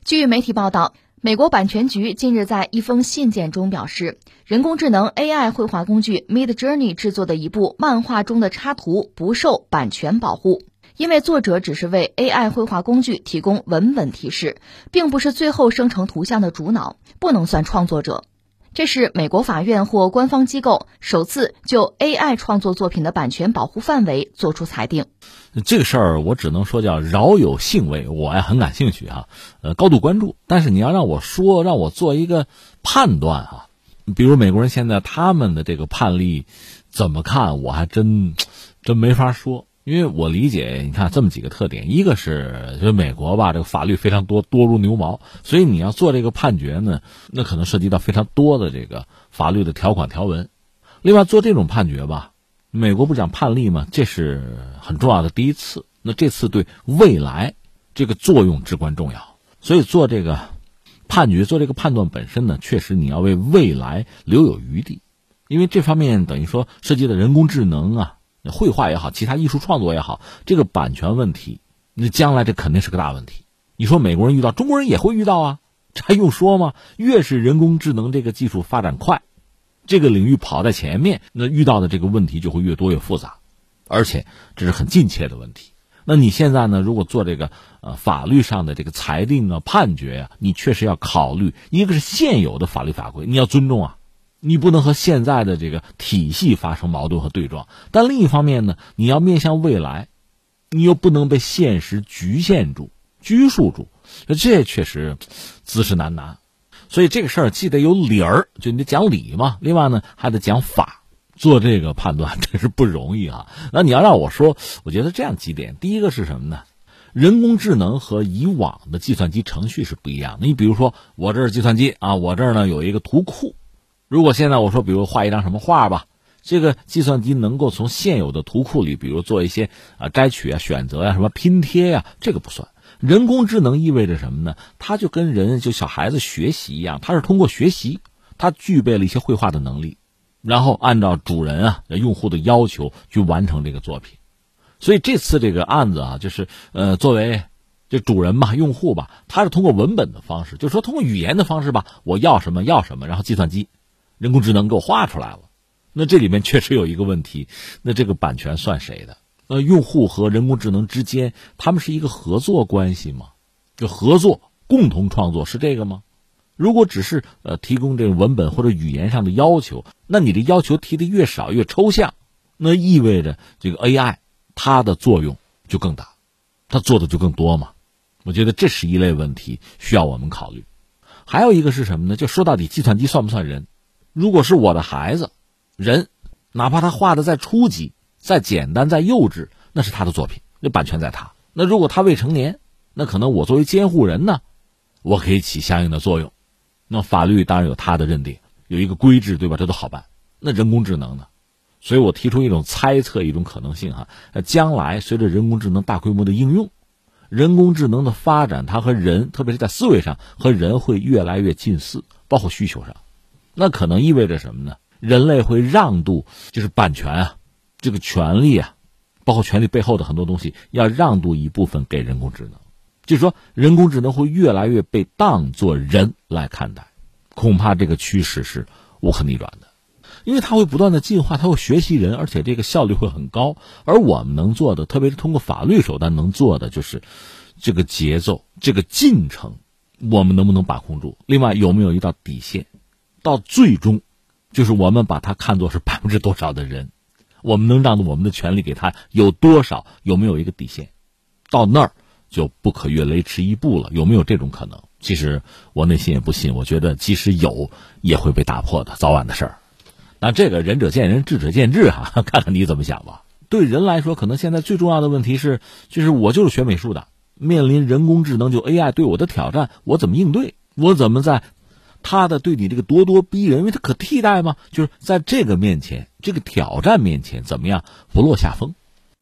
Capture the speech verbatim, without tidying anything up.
据媒体报道，美国版权局近日在一封信件中表示，人工智能 A I 绘画工具 Midjourney 制作的一部漫画中的插图不受版权保护，因为作者只是为 A I 绘画工具提供文本提示，并不是最后生成图像的主脑，不能算创作者。这是美国法院或官方机构首次就 A I 创作作品的版权保护范围作出裁定。 这个事儿我只能说叫饶有兴味，我也很感兴趣哈，呃，高度关注。但是你要让我说，让我做一个判断哈，比如美国人现在他们的这个判例怎么看，我还真真没法说。因为我理解，你看这么几个特点，一个是就是美国吧，这个法律非常多，多如牛毛，所以你要做这个判决呢，那可能涉及到非常多的这个法律的条款条文。另外做这种判决吧，美国不讲判例嘛，这是很重要的第一次，那这次对未来这个作用至关重要，所以做这个判决，做这个判断本身呢，确实你要为未来留有余地，因为这方面等于说涉及的人工智能啊，绘画也好，其他艺术创作也好，这个版权问题，那将来这肯定是个大问题。你说美国人遇到，中国人也会遇到啊，这还用说吗？越是人工智能这个技术发展快，这个领域跑在前面，那遇到的这个问题就会越多越复杂，而且这是很近切的问题。那你现在呢，如果做这个呃法律上的这个裁定啊、判决啊，你确实要考虑，一个是现有的法律法规，你要尊重啊，你不能和现在的这个体系发生矛盾和对撞，但另一方面呢，你要面向未来，你又不能被现实局限住、拘束住，这确实姿势难拿。所以这个事儿既得有理儿，就你得讲理嘛，另外呢还得讲法，做这个判断真是不容易啊。那你要让我说，我觉得这样几点，第一个是什么呢？人工智能和以往的计算机程序是不一样的。你比如说我这儿计算机啊，我这儿呢有一个图库，如果现在我说比如画一张什么画吧，这个计算机能够从现有的图库里比如做一些啊摘取啊选择啊什么拼贴啊，这个不算。人工智能意味着什么呢？它就跟人就小孩子学习一样，它是通过学习，它具备了一些绘画的能力，然后按照主人啊用户的要求去完成这个作品。所以这次这个案子啊，就是呃作为这主人吧，用户吧，他是通过文本的方式，就是说通过语言的方式吧，我要什么要什么，然后计算机人工智能给我画出来了。那这里面确实有一个问题，那这个版权算谁的？呃，用户和人工智能之间，他们是一个合作关系吗？就合作共同创作是这个吗？如果只是呃提供这个文本或者语言上的要求，那你的要求提的越少越抽象，那意味着这个 A I 它的作用就更大，它做的就更多嘛。我觉得这是一类问题需要我们考虑。还有一个是什么呢？就说到底计算机算不算人？如果是我的孩子，人哪怕他画的再初级、再简单、再幼稚，那是他的作品，那版权在他。那如果他未成年，那可能我作为监护人呢，我可以起相应的作用。那法律当然有他的认定，有一个规制，对吧？这都好办。那人工智能呢？所以我提出一种猜测，一种可能性哈，将来随着人工智能大规模的应用，人工智能的发展，它和人，特别是在思维上和人会越来越近似，包括需求上。那可能意味着什么呢？人类会让渡，就是版权啊，这个权利啊，包括权利背后的很多东西，要让渡一部分给人工智能。就是说，人工智能会越来越被当作人来看待，恐怕这个趋势是无可逆转的，因为它会不断的进化，它会学习人，而且这个效率会很高。而我们能做的，特别是通过法律手段能做的，就是这个节奏、这个进程，我们能不能把控住？另外，有没有一道底线？到最终，就是我们把它看作是百分之多少的人，我们能让我们的权利给他有多少？有没有一个底线？到那儿就不可越雷池一步了，有没有这种可能？其实我内心也不信，我觉得即使有，也会被打破的，早晚的事儿。那这个仁者见仁，智者见智哈，看看你怎么想吧。对人来说，可能现在最重要的问题是，就是我就是学美术的，面临人工智能就 A I 对我的挑战，我怎么应对？我怎么在他的对你这个咄咄逼人，因为它可替代嘛，就是在这个面前，这个挑战面前，怎么样不落下风？